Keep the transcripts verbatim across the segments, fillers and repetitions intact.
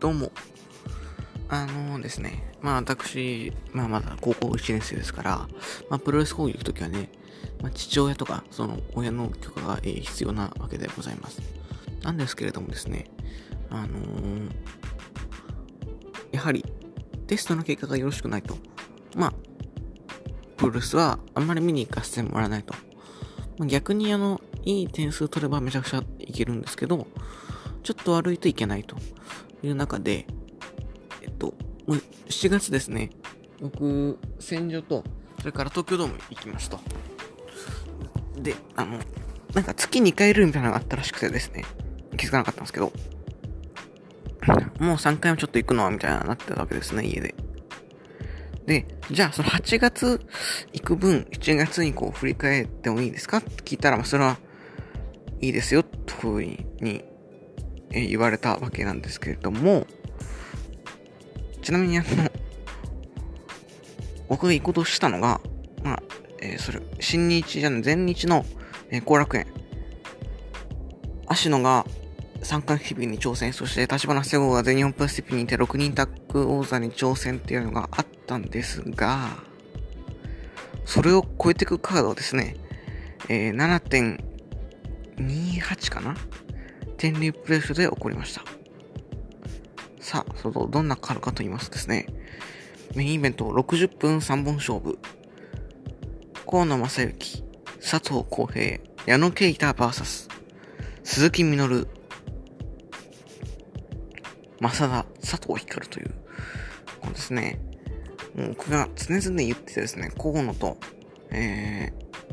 どうも。あのーですね、まあ私、まあまだ高校いちねん生ですから、まあプロレス講義行くときはね、まあ父親とか、その親の許可が、えー必要なわけでございます。なんですけれどもですね、あのーやはりテストの結果がよろしくないと、まあ、プロレスはあんまり見に行かせてもらわないと。まあ、逆にあの、いい点数取ればめちゃくちゃいけるんですけど、ちょっと悪いといけないという中で、えっと、もうしちがつですね、僕、戦場と、それから東京ドーム行きますと。で、あの、なんか月にかいいるみたいなのがあったらしくてですね、気づかなかったんですけど、もうさんかいもちょっと行くのはみたいななってたわけですね、家で。で、じゃあそのはちがつ行く分、しちがつにこう振り返ってもいいですかって聞いたら、まあそれはいいですよ、というふうに、えー言われたわけなんですけれども、ちなみにあの、僕が行こうとしたのが、まあ、えーそれ、新日じゃない、全日のえー後楽園。芦野が三冠響に挑戦、そして立花聖吾が全日本プロレスティップにてろくにんタッグ王座に挑戦っていうのがあったんですが、それを超えていくカードはですね、えー、ななてんにはち かな天竜プレスで起こりました。さあ、そのどんなカードかと言いますとですね、メインイベントろくじゅっぷんさんぼん勝負、河野正幸、佐藤浩平、矢野啓太 ブイエス 鈴木みのる、正田、佐藤光という、こうですね、もう僕が常々言っててですね、河野と、え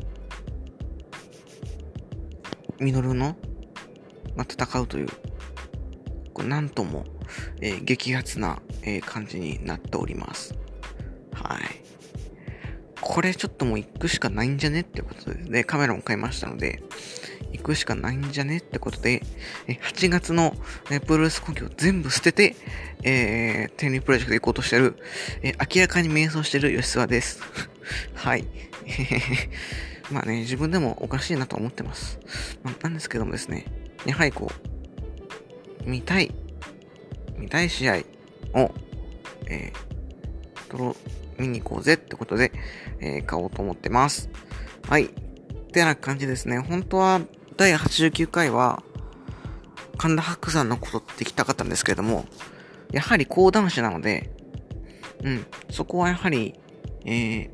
ー、みのるの、まあ、戦うという、こうなんとも、えー、激アツな、えー、感じになっております。はい。これちょっともう行くしかないんじゃねってことで、ね、カメラも買いましたので、行くしかないんじゃねってことで、はちがつのプロレス故郷を全部捨てて、えー、天竜プロジェクト行こうとしてる、えー、明らかに迷走してる吉沢です。はい。まあね、自分でもおかしいなと思ってます。まあ、なんですけどもですね、やはりこう、見たい、見たい試合を、えー、トロ、見に行こうぜってことで、えー、買おうと思ってます。はい。ってな感じですね。本当はだいはちじゅうきゅうかいは神田伯山のことって聞きたかったんですけれども、やはり講談師なので、うん、そこはやはり、えー、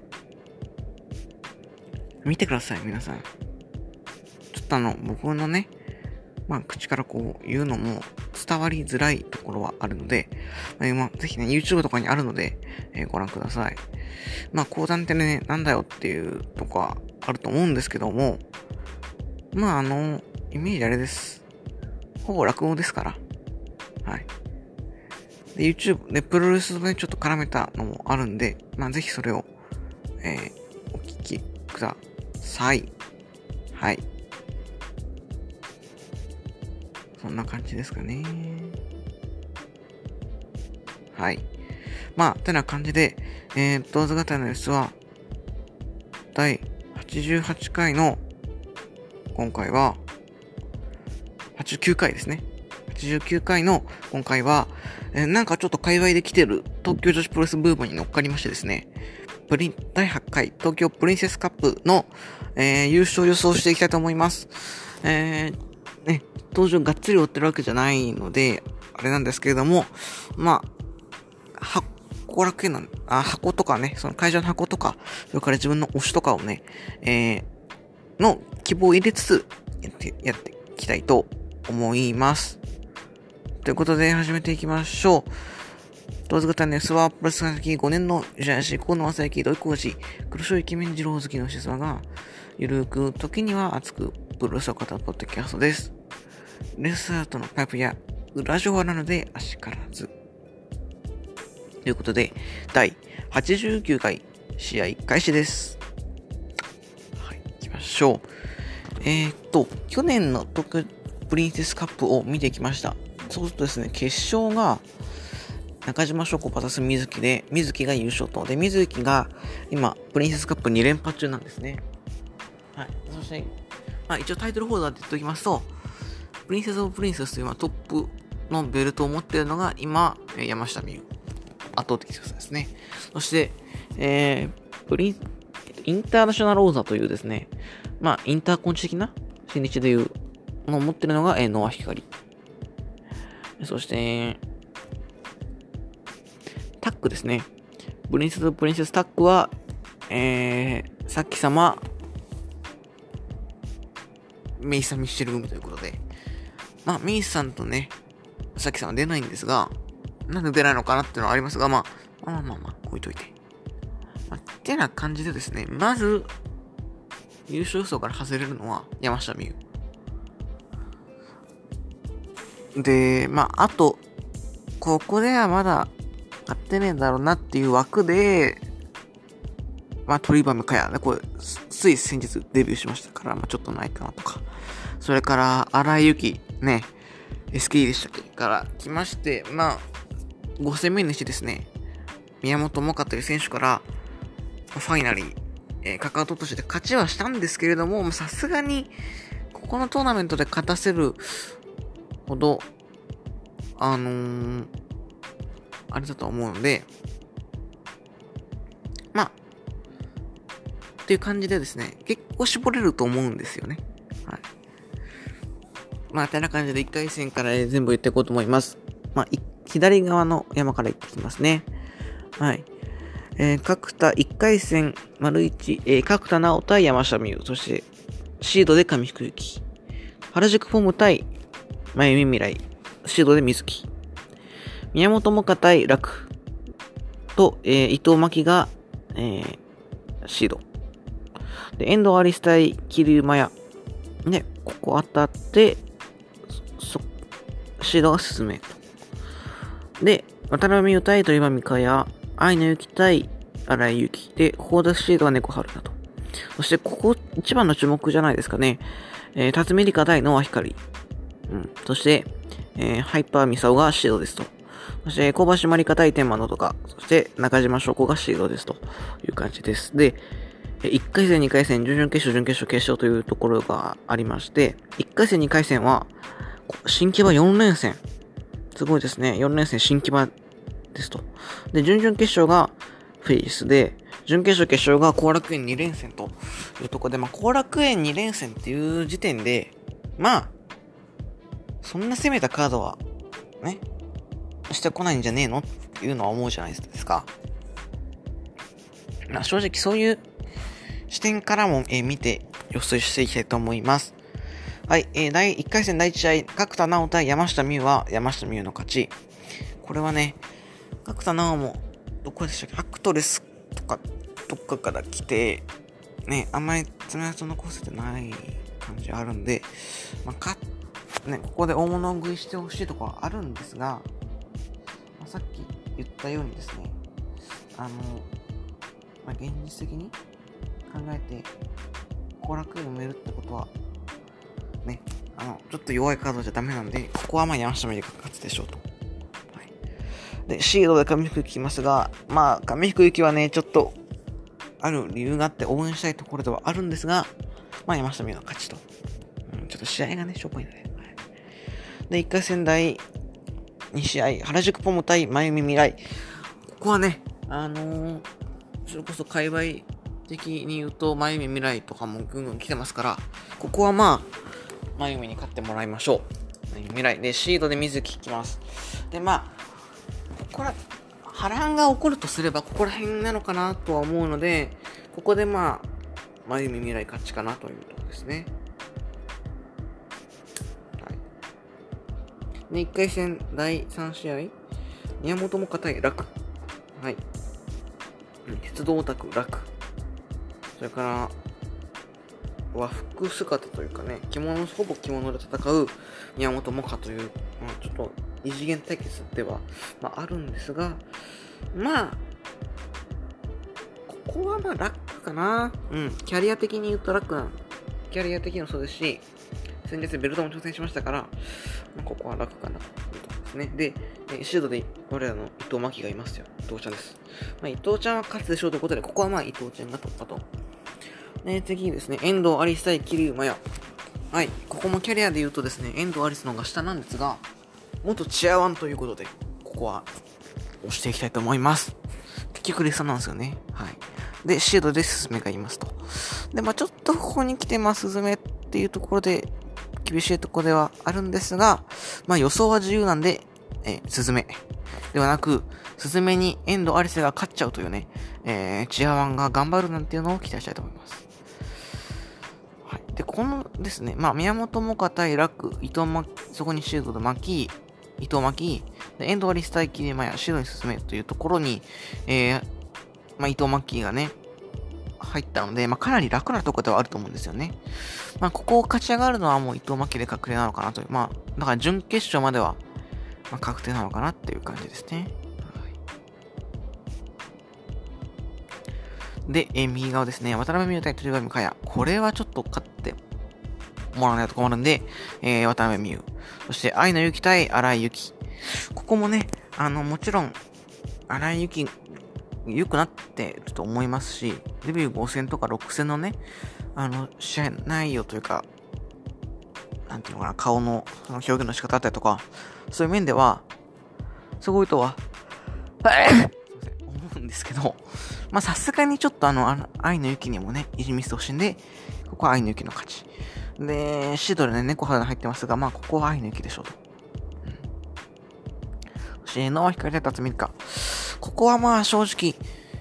見てください、皆さん。ちょっとあの、僕のね、まあ、口からこう言うのも伝わりづらいところはあるので、まあ、まあ、ぜひね、YouTube とかにあるので、えー、ご覧ください。まあ、講談ってね、なんだよっていうとこはあると思うんですけども、まあ、あの、イメージあれです。ほぼ落語ですから。はい。で、YouTube でプロレスとね、ちょっと絡めたのもあるんで、まあ、ぜひそれを、えー、お聞きください。はい。そんな感じですかね。はい。まあ、てな感じで、えー、どうぞ型の様子は、だいはちじゅうはちかいの、今回は、はちじゅうきゅうかいですね。はちじゅうきゅうかいの今回は、えー、なんかちょっと界隈で来てる東京女子プロレスブームに乗っかりましてですね、プリン、だいはちかい東京プリンセスカップの、えー、優勝予想していきたいと思います。えー、ね、登場がっつり追ってるわけじゃないので、あれなんですけれども、まあ、箱楽園の、あ、箱とかね、その会場の箱とか、それから自分の推しとかをね、えー、の希望を入れつつ、やって、やっていきたいと思います。ということで始めていきましょう。どうぞ型の安はプロレスが先ごねんのじゃし、河野正幸、土井浩二、黒潮イケメン二郎好きのしさが、ゆるく、時には熱く、プロレスを語るポッドキャストです。レスアートのパイプや裏情報なので、あしからず。ということで、だいはちじゅうきゅうかい試合開始です。はい、行きましょう。えー、っと、去年の東京プリンセスカップを見てきました。そうするとですね、決勝が中島翔子バタス水木で、水木が優勝と。で、水木が今、プリンセスカップに連覇中なんですね。はい。そして、まあ一応タイトルホルダーって言っておきますと、プリンセスオブプリンセスという、まあ、トップのベルトを持っているのが今、山下美夢。圧倒的強さですね。そして、えー、プリン、インターナショナル王座というですね、まあ、インターコンチ的な新日でいうのを持っているのが、えー、ノアヒカリ。そして、タックですね。プリンセスとプリンセスタックは、えー、さっき様、メイさんミッシェル組ということで、まあ、メイさんとね、さっきさんは出ないんですが、なんで出ないのかなっていうのはありますが、まあ、まあまあまあ、置いといて。まあ、ってな感じでですね、まず、優勝予想から外れるのは山下美夢。で、まあ、あと、ここではまだ勝ってねえだろうなっていう枠で、まあ、鳥羽向やね、これ、つい先日デビューしましたから、まあ、ちょっとないかなとか。それから、荒井由紀、ね、エスケー でしたっけから来まして、まあ、ご戦目にしてですね、宮本萌歌という選手から、ファイナリー、えー、カカオトとして勝ちはしたんですけれども、さすがに、ここのトーナメントで勝たせるほど、あのー、あれだと思うので、まあ、っていう感じでですね、結構絞れると思うんですよね。はい。まあ、てな感じでいっかい戦から全部言っていこうと思います。まあ、左側の山から行ってきますね。はい。えー、角田いっかい戦、丸いち、えー、角田直対山下美夢。そして、シードで上福幸。原宿フォーム対、真由美未来。シードで水木。宮本萌歌対楽。と、えー、伊藤真希が、えー、シード。で、遠藤アリス対桐生麻也。ね、ここ当たって、そ、シードが進めると。で、渡辺美優対鳥羽美香也。愛の雪対荒井由紀で、ここでシードは猫春だと。そして、ここ一番の注目じゃないですかね。えー、辰巳梨花対ノアヒカリ。うん。そして、えー、ハイパーミサオがシードですと。そして、小橋まりか対天満のとか。そして、中島翔子がシードですという感じです。で、いっかい戦、にかい戦、準々決勝、準決勝、決勝というところがありまして、いっかい戦、にかい戦は、新木場よん連戦。すごいですね。よん連戦新木場ですと。で、準々決勝がフェイスで、準決勝決勝が後楽園に連戦というところで、まあ、後楽園に連戦っていう時点で、まあ、そんな攻めたカードは、ね、してこないんじゃねえのっていうのは思うじゃないですか。まあ、正直そういう視点からも、えー、見て予想していきたいと思います。はい、えー、第いっかい戦第いち試合、角田直対山下美夢は山下美夢の勝ち。これはね、角田直も、どこでしたっけ、アクトレスとか、どっかから来て、ね、あんまり爪痕残せてない感じあるんで、まあ、か、ね、ここで大物食いしてほしいところはあるんですが、まあ、さっき言ったようにですね、あの、まあ、現実的に考えて、後楽園を埋めるってことは、ね、あの、ちょっと弱いカードじゃダメなんで、ここはまあ山下美夢が勝つでしょうと。はい。で、シードで上福幸来ますが、まあ、上福幸はね、ちょっと、ある理由があって応援したいところではあるんですが、まあ山下美夢の勝ちと。うん、ちょっと試合がね、しょぼいので。はい、で、いっかい戦第に試合、原宿ポム対真由美未来。ここはね、あのー、それこそ界隈的に言うと、真由美未来とかもぐんぐん来てますから、ここはまあ、真由美に勝ってもらいましょう。真由美未来。で、シードで水木来ます。で、まあ、これ、波乱が起こるとすれば、ここら辺なのかなとは思うので、ここでまあ、真由美未来勝ちかなというところですね。はい。で、いっかい戦だいさん試合、宮本萌歌対楽。はい。鉄道オタク楽。それから、和服姿というかね、着物、ほぼ着物で戦う宮本萌歌という、まあ、ちょっと異次元対決では、まあ、あるんですが、まあ、ここはまあ楽かな。うん、キャリア的に言うと楽な、キャリア的にもそうですし、先日ベルトも挑戦しましたから、まあ、ここは楽かなというところですね。で、えシードで我らの伊藤真希がいますよ。伊藤ちゃんです。まあ、伊藤ちゃんは勝つでしょうということで、ここはまあ伊藤ちゃんが突破と。で、次にですね、遠藤アリス対桐生麻也。はい、ここもキャリアで言うとですね、遠藤アリスの方が下なんですが、 元チアワンということで、ここは押していきたいと思います。結局レッサーなんですよね。はい。で、シードでスズメがいますと。で、まあちょっとここに来て、まあスズメっていうところで、厳しいところではあるんですが、まあ予想は自由なんで、えー、スズメ。ではなく、スズメにエンドアリセが勝っちゃうというね、えー、チアワンが頑張るなんていうのを期待したいと思います。はい。で、このですね、まあ宮本萌歌対楽、伊藤真、そこにシードで巻き、伊藤巻き、でエンドアリス対キリマヤ、シードに進めというところに、えー、まあ伊藤巻きがね、入ったので、まあ、かなり楽なところではあると思うんですよね。まあ、ここを勝ち上がるのはもう伊藤巻で確定なのかなという。まあ、だから準決勝までは、まあ、確定なのかなっていう感じですね。はい、で、えー、右側ですね。渡辺美優対鳥上香也。これはちょっと勝ってもらわないと困るんで、えー、渡辺美優。そして、愛のゆき対荒井由紀。ここもね、あの、もちろん、荒井由紀、良くなってると思いますし、デビューご戦とかろく戦のね、あの、試合内容というか、なんていうのかな、顔のその表現の仕方だったりとか、そういう面では、すごいとは、思うんですけど、まあさすがにちょっとあの、あの愛の雪にもね、いじみせてほしいんで、ここは愛の雪の勝ち。で、シードでね、猫肌入ってますが、まあここは愛の雪でしょうと。うん。そして、ノア光で辰巳か。ここはまあ正直、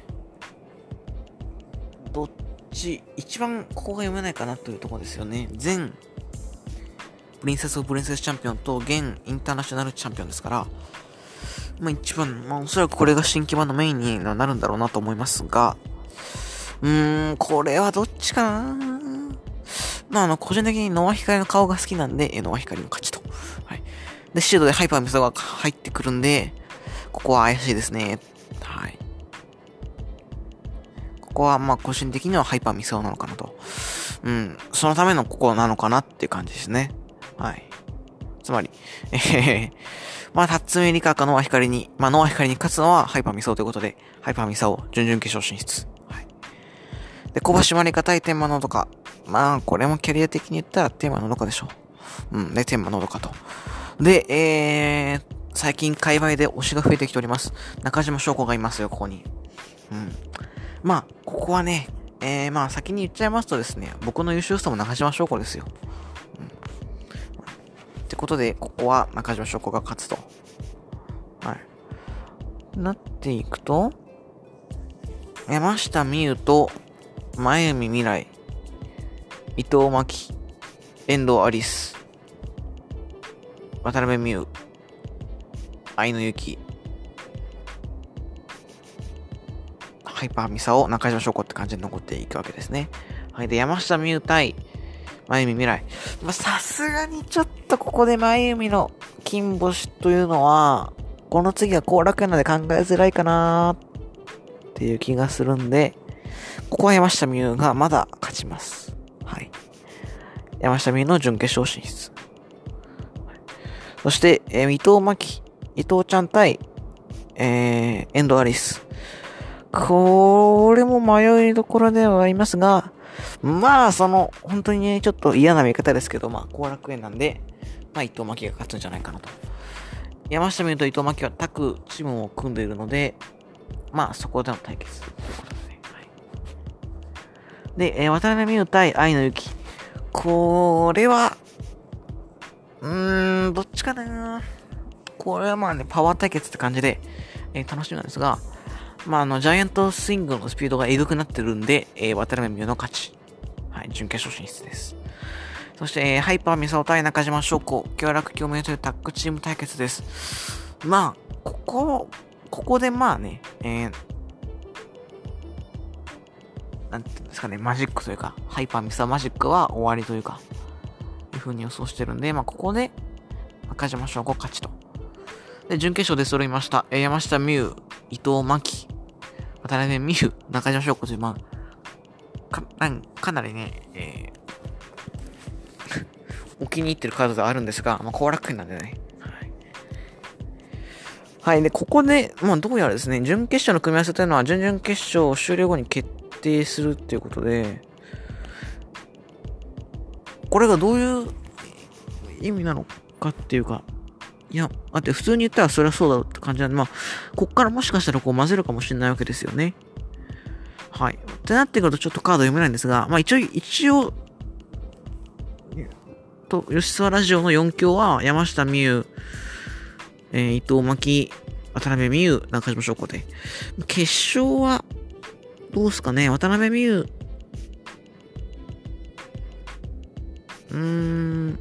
どっち、一番ここが読めないかなというところですよね。前、プリンセス・オブ・プリンセスチャンピオンと現インターナショナルチャンピオンですから、まあ一番、まあおそらくこれが新規版のメインになるんだろうなと思いますが、うーん、これはどっちかな。まああの、個人的にノアヒカリの顔が好きなんで、ノアヒカリの勝ちと。はい。で、シードでハイパーミソが入ってくるんで、ここは怪しいですね。はい。ここはまあ個人的にはハイパーミソなのかなと。うん。そのためのここなのかなっていう感じですね。はい。つまり、えー、まあ、辰巳リカかノアヒカリに、まあ、ノアヒカリに勝つのはハイパーミソということで、ハイパーミサを準々決勝進出。はい。で、小橋まりか対天満のどか。まあ、これもキャリア的に言ったら天満のどかでしょう。うん。で、天満のどかと。で、えー、最近界隈で推しが増えてきております。中島翔子がいますよ、ここに。うん。まあ、ここはね、えー、まあ、先に言っちゃいますとですね、僕の優秀さも中島翔子ですよ。うん。ってことで、ここは中島翔子が勝つと。はい。なっていくと、山下美夢と、前海未来、伊藤真希、遠藤アリス、渡辺美優、愛のゆき、ハイパーミサオ、中島翔子って感じで残っていくわけですね。はい。で、山下美夢対、前海未来。まあ、さすがにちょっとここで前海の金星というのは、この次は後楽園なので考えづらいかなーっていう気がするんで、ここは山下美夢がまだ勝ちます。はい。山下美夢の準決勝進出。そして、えー、伊藤真希、伊藤ちゃん対、えー、遠藤アリス。これも迷いどころではありますが、まあ、その、本当にね、ちょっと嫌な見方ですけど、まあ、後楽園なんで、まあ、伊藤真希が勝つんじゃないかなと。山下美夢と伊藤真希はタッグチームを組んでいるので、まあ、そこでの対決ということですね。はい、で、えー、渡辺美優対愛のゆき。これは、うーん、どっちかな。これはまあね、パワー対決って感じで、えー、楽しみなんですが、まあ、あの、ジャイアントスイングのスピードがエグくなってるんで、えー、渡辺美優の勝ち。はい、準決勝進出です。そして、えー、ハイパーミサオ対中島翔子、協楽共鳴というタッグチーム対決です。まあ、ここ、ここでまあね、えー、なんていうんですかね、マジックというか、ハイパーミサオマジックは終わりというか、いう風に予想してるんで、まあ、ここで、中島翔子勝ちと。で、準決勝で揃いました。えー、山下美夢、伊藤真希、渡辺美優、中島翔子という、まあ、か、なんかなりね、えー、お気に入ってるカードではあるんですが、まあ、後楽園なんでね。はい。はい。で、ここで、まあ、どうやらですね、準決勝の組み合わせというのは、準々決勝終了後に決定するっていうことで、これがどういう意味なのかっていうか、 いや、だって普通に言ったらそれはそうだろうって感じなんで、まあ、こっからもしかしたらこう混ぜるかもしれないわけですよね。はい。ってなってくるとちょっとカード読めないんですが、まあ一応、一応、と、吉沢ラジオのよん強は山下美優、えー、伊藤真希、渡辺美優、中島翔子で。決勝は、どうすかね、渡辺美優、うーん、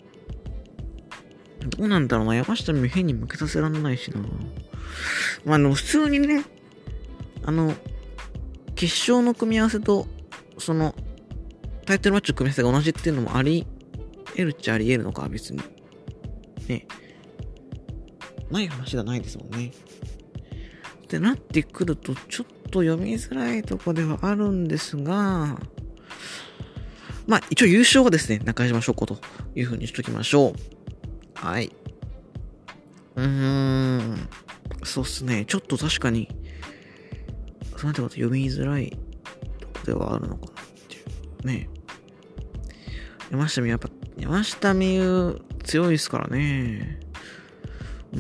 どうなんだろうな、山下美優変に負けさせらんないしな。まあでも普通にね、あの、決勝の組み合わせと、その、タイトルマッチの組み合わせが同じっていうのもあり得るっちゃあり得るのか、別に。ね。ない話がないですもんね。ってなってくると、ちょっと読みづらいとこではあるんですが、まあ、一応優勝はですね、中島翔子という風にしときましょう。はい。うーん。そうっすね。ちょっと確かに、そうなってこと読みづらいとこではあるのかなっていうね。山下美優、やっぱ、山下美優強いですからね。うん。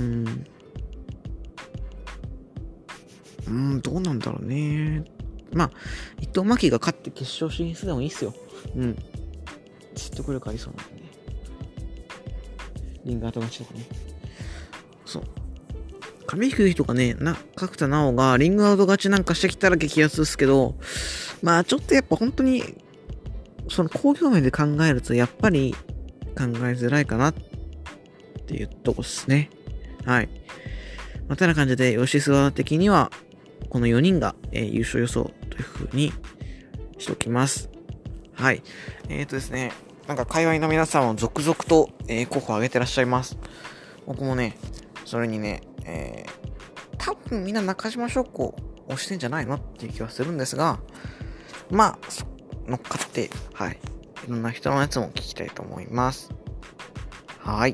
うん、どうなんだろうね。まあ、伊藤真希が勝って決勝進出でもいいっすよ。うん。説得力ありそうなんでね。リンガート勝ちとかね。そう。上福とかね、な、角田直がリングアウト勝ちなんかしてきたら激アツですけど、まあちょっとやっぱ本当に、その工業面で考えるとやっぱり考えづらいかなっていうとこですね。はい。まあ、てな感じで、吉沢的には、このよにんが、えー、優勝予想という風にしておきます。はい。えーとですね、なんか界隈の皆さんも続々と、えー、候補を挙げてらっしゃいます。僕もね、それにね、えー、多分みんな中島翔子を推してんじゃないのっていう気はするんですが、まあ、乗っかって、はい。いろんな人のやつも聞きたいと思います。はい。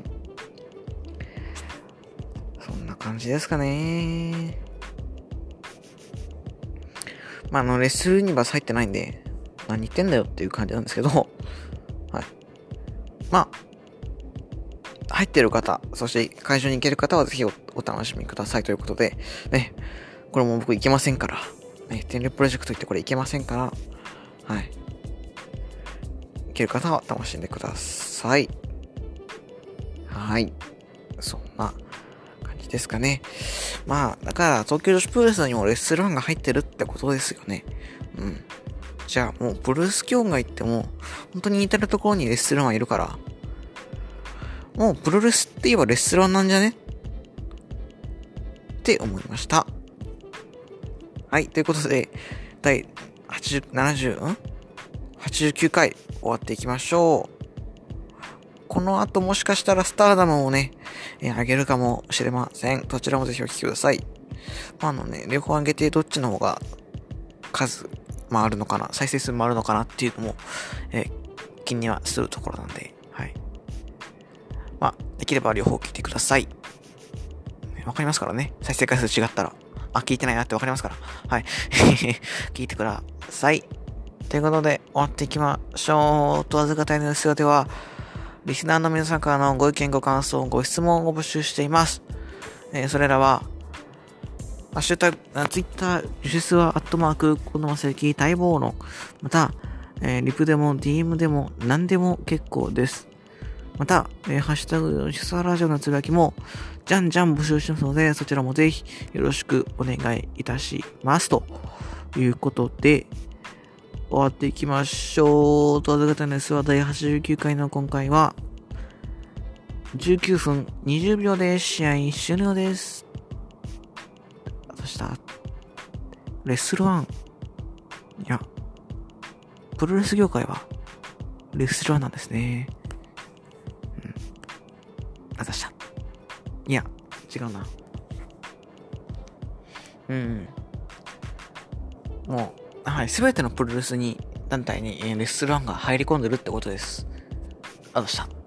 そんな感じですかね。まあ、あの、レッスルユニバース入ってないんで、何言ってんだよっていう感じなんですけど、はい。まあ、入ってる方、そして会場に行ける方はぜひ お, お楽しみくださいということで、ね、これも僕行けませんから、ね、天竜プロジェクト行ってこれ行けませんから、はい。行ける方は楽しんでください。はい。そんな感じですかね。まあ、だから、東京女子プロレスにもレッスルワンが入ってるってことですよね。うん。じゃあ、もう、プロレス協会行っても、本当に似てるところにレッスルワンいるから、もう、プロレスって言えばレッスルワンなんじゃねって思いました。はい、ということで、第はちじゅう、ななじゅう、ん ?はちじゅうきゅうかい終わっていきましょう。この後もしかしたらスターダムをね、えー、上げるかもしれません。どちらもぜひお聞きください。まあ、あのね、両方上げてどっちの方が数回るのかな、再生数回るのかなっていうのも、えー、気にはするところなんで、はい。まあ、できれば両方聞いてください。わかりますからね。再生回数違ったら。あ、聞いてないなってわかりますから。はい。聞いてください。ということで、終わっていきましょう。問わずがたいの姿では、リスナーの皆さんからのご意見、ご感想、ご質問を募集しています。えー、それらは、ハッシュタグ、ツイッター、ジュシスはアットマーク、この正規待望の、また、えー、リプでも ディーエム でも何でも結構です。また、えー、ハッシュタグ、ジュシスラジオのつぶやきも、じゃんじゃん募集してますので、そちらもぜひよろしくお願いいたします。ということで、終わっていきましょう。とわずがたのですはだいはちじゅうきゅうかいの今回は、じゅうきゅうふんにじゅうびょうで試合終了です。そしたら、レッスルワン。いや、プロレス業界は、レッスルワンなんですね。うん。あざした。いや、違うな。うん。もう、はい、すべてのプロレスに、団体に、えー、レッスルワンが入り込んでるってことです。あざした。